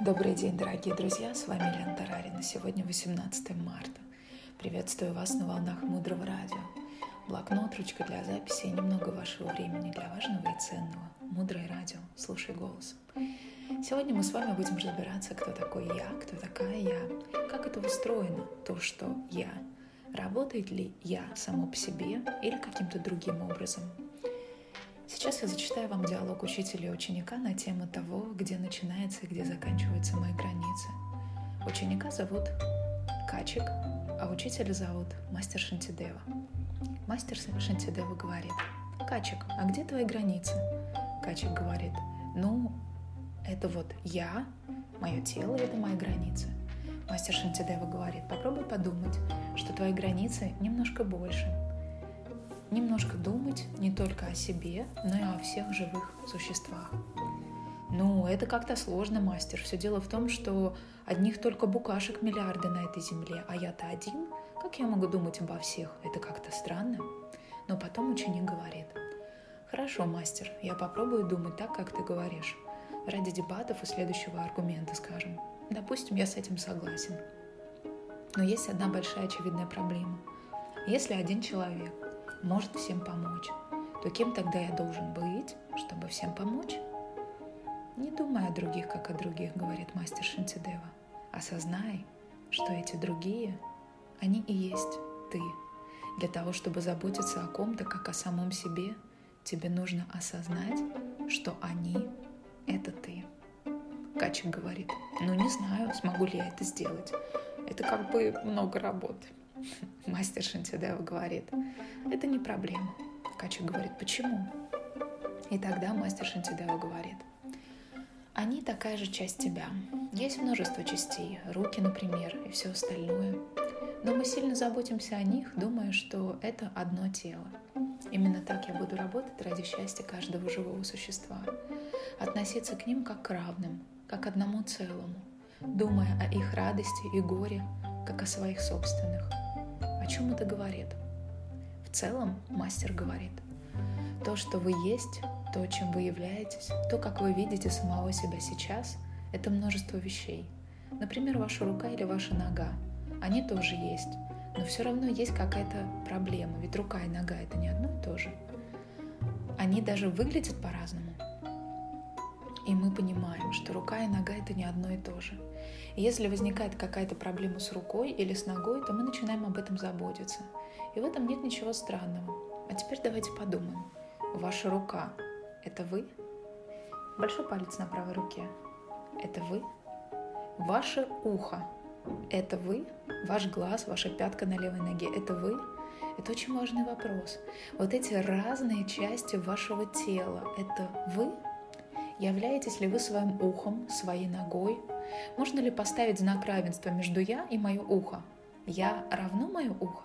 Добрый день, дорогие друзья, с вами Лена Тарарина. Сегодня 18 марта. Приветствую вас на волнах Мудрого Радио. Блокнот, ручка для записи и немного вашего времени для важного и ценного. Мудрое Радио, слушай голос. Сегодня мы с вами будем разбираться, кто такой я, кто такая я, как это устроено, то, что я. Работает ли я само по себе или каким-то другим образом? Сейчас я зачитаю вам диалог учителя и ученика на тему того, где начинается и где заканчиваются мои границы. Ученика зовут Качик, а учителя зовут Мастер Шантидева. Мастер Шантидева говорит: «Качик, а где твои границы?» Качик говорит: это вот я, мое тело — это мои границы. Мастер Шантидева говорит: попробуй подумать, что твои границы немножко больше. Немножко думать не только о себе, но и о всех живых существах. Это как-то сложно, мастер. Все дело в том, что одних только букашек миллиарды на этой земле, а я-то один. Как я могу думать обо всех? Это как-то странно. Но потом ученик говорит: хорошо, мастер, я попробую думать так, как ты говоришь. Ради дебатов и следующего аргумента, скажем. Допустим, я с этим согласен. Но есть одна большая очевидная проблема. Если один человек может всем помочь, то кем тогда я должен быть, чтобы всем помочь? Не думай о других, как о других, говорит мастер Шантидева. Осознай, что эти другие, они и есть ты. Для того, чтобы заботиться о ком-то, как о самом себе, тебе нужно осознать, что они — это ты. Качик говорит: не знаю, смогу ли я это сделать. Это как бы много работы. Мастер Шантидева говорит: это не проблема. Качик говорит: почему? И тогда мастер Шантидева говорит: они такая же часть тебя. Есть множество частей, руки, например, и все остальное. Но мы сильно заботимся о них, думая, что это одно тело. Именно так я буду работать ради счастья каждого живого существа. Относиться к ним как к равным, как к одному целому, думая о их радости и горе, как о своих собственных. О чем это говорит? В целом, мастер говорит: то, что вы есть, то, чем вы являетесь, то, как вы видите самого себя сейчас, это множество вещей. Например, ваша рука или ваша нога. Они тоже есть, но все равно есть какая-то проблема, ведь рука и нога — это не одно и то же. Они даже выглядят по-разному. И мы понимаем, что рука и нога — это не одно и то же. И если возникает какая-то проблема с рукой или с ногой, то мы начинаем об этом заботиться. И в этом нет ничего странного. А теперь давайте подумаем. Ваша рука — это вы? Большой палец на правой руке — это вы? Ваше ухо — это вы? Ваш глаз, ваша пятка на левой ноге — это вы? Это очень важный вопрос. Вот эти разные части вашего тела — это вы? Являетесь ли вы своим ухом, своей ногой? Можно ли поставить знак равенства между я и мое ухо? Я равно мое ухо?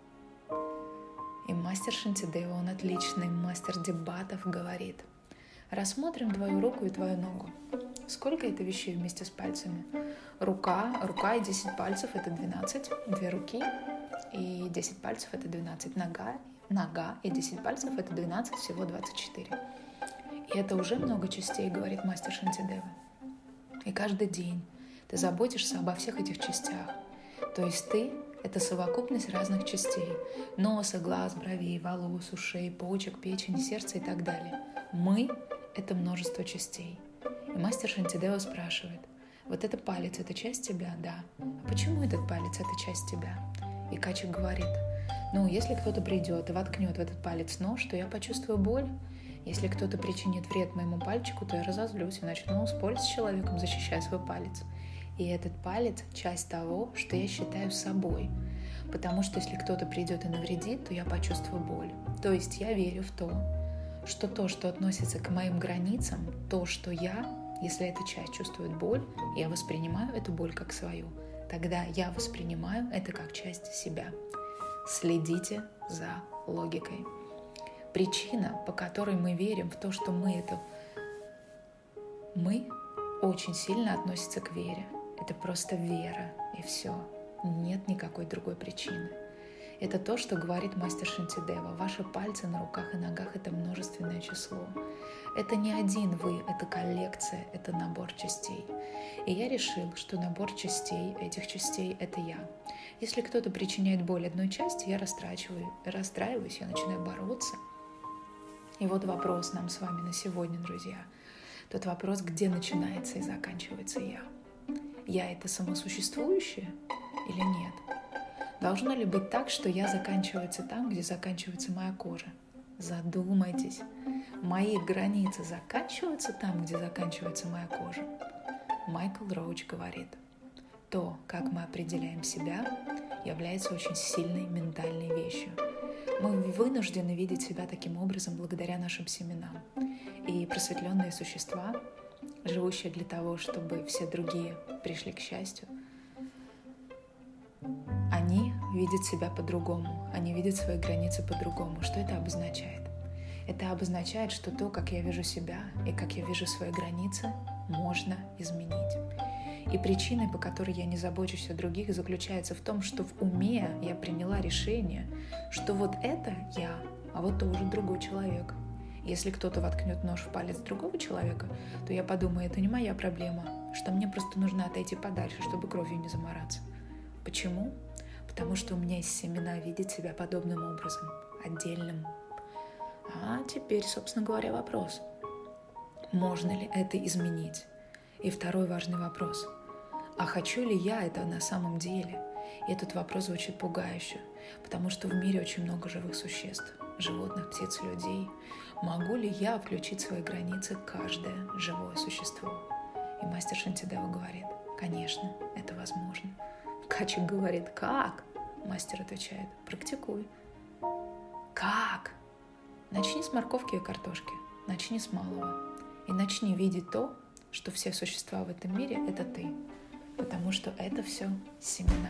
И мастер Шантидева, он отличный мастер дебатов, говорит: рассмотрим твою руку и твою ногу. Сколько это вещей вместе с пальцами? Рука и 10 пальцев — это 12, 2 руки и 10 пальцев — это 12, нога и 10 пальцев — это 12, всего 24. И это уже много частей, говорит мастер Шантидева. И каждый день ты заботишься обо всех этих частях. То есть ты — это совокупность разных частей: носа, глаз, бровей, волос, ушей, почек, печени, сердца и так далее. Мы — это множество частей. И мастер Шантидева спрашивает: вот это палец — это часть тебя? Да. А почему этот палец — это часть тебя? И Качик говорит: если кто-то придет и воткнет в этот палец нож, то я почувствую боль. Если кто-то причинит вред моему пальчику, то я разозлюсь и начну спорить с человеком, защищая свой палец. И этот палец — часть того, что я считаю собой. Потому что если кто-то придет и навредит, то я почувствую боль. То есть я верю в то, что относится к моим границам, то, что я, если эта часть чувствует боль, я воспринимаю эту боль как свою. Тогда я воспринимаю это как часть себя. Следите за логикой. Причина, по которой мы верим в то, что мы, очень сильно относится к вере. Это просто вера, и все. Нет никакой другой причины. Это то, что говорит мастер Шантидева. Ваши пальцы на руках и ногах — это множественное число. Это не один вы, это коллекция, это набор частей. И я решил, что набор частей, этих частей — это я. Если кто-то причиняет боль одной части, я расстраиваюсь, я начинаю бороться. И вот вопрос нам с вами на сегодня, друзья. Тот вопрос, где начинается и заканчивается я. Я — это самосуществующее или нет? Должно ли быть так, что я заканчивается там, где заканчивается моя кожа? Задумайтесь. Мои границы заканчиваются там, где заканчивается моя кожа? Майкл Роуч говорит, то, как мы определяем себя, является очень сильной ментальной вещью. Мы вынуждены видеть себя таким образом благодаря нашим семенам. И просветленные существа, живущие для того, чтобы все другие пришли к счастью, они видят себя по-другому, они видят свои границы по-другому. Что это обозначает? Это обозначает, что то, как я вижу себя и как я вижу свои границы, можно изменить. И причиной, по которой я не забочусь о других, заключается в том, что в уме я приняла решение, что вот это я, а вот то уже другой человек. Если кто-то воткнет нож в палец другого человека, то я подумаю, это не моя проблема, что мне просто нужно отойти подальше, чтобы кровью не замораться. Почему? Потому что у меня есть семена видеть себя подобным образом, отдельным. А теперь, собственно говоря, вопрос. Можно ли это изменить? И второй важный вопрос. А хочу ли я это на самом деле? И этот вопрос звучит пугающе, потому что в мире очень много живых существ, животных, птиц, людей. Могу ли я включить в свои границы каждое живое существо? И мастер Шантидева говорит, конечно, это возможно. Качик говорит, как? Мастер отвечает, практикуй. Как? Начни с морковки и картошки, начни с малого. И начни видеть то, что все существа в этом мире — это ты. Потому что это все семена.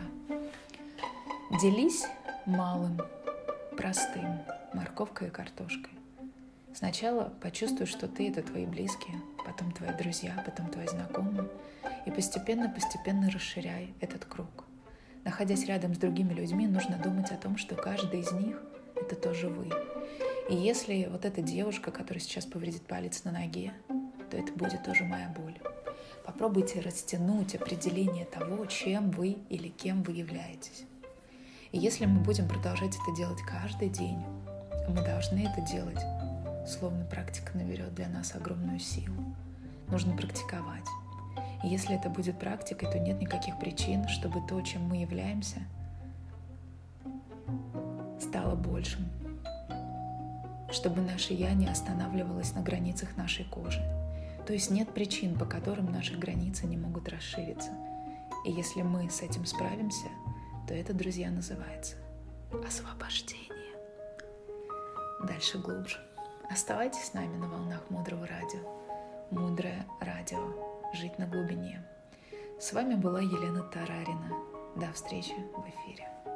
Делись малым, простым, морковкой и картошкой. Сначала почувствуй, что ты — это твои близкие, потом твои друзья, потом твои знакомые. И постепенно расширяй этот круг. Находясь рядом с другими людьми, нужно думать о том, что каждый из них — это тоже вы. И если вот эта девушка, которая сейчас повредит палец на ноге, то это будет тоже моя боль. Попробуйте растянуть определение того, чем вы или кем вы являетесь. И если мы будем продолжать это делать каждый день, мы должны это делать, словно практика наберет для нас огромную силу. Нужно практиковать. И если это будет практикой, то нет никаких причин, чтобы то, чем мы являемся, стало большим. Чтобы наше «я» не останавливалось на границах нашей кожи. То есть нет причин, по которым наши границы не могут расшириться. И если мы с этим справимся, то это, друзья, называется освобождение. Дальше глубже. Оставайтесь с нами на волнах Мудрого Радио. Мудрое Радио. Жить на глубине. С вами была Елена Тарарина. До встречи в эфире.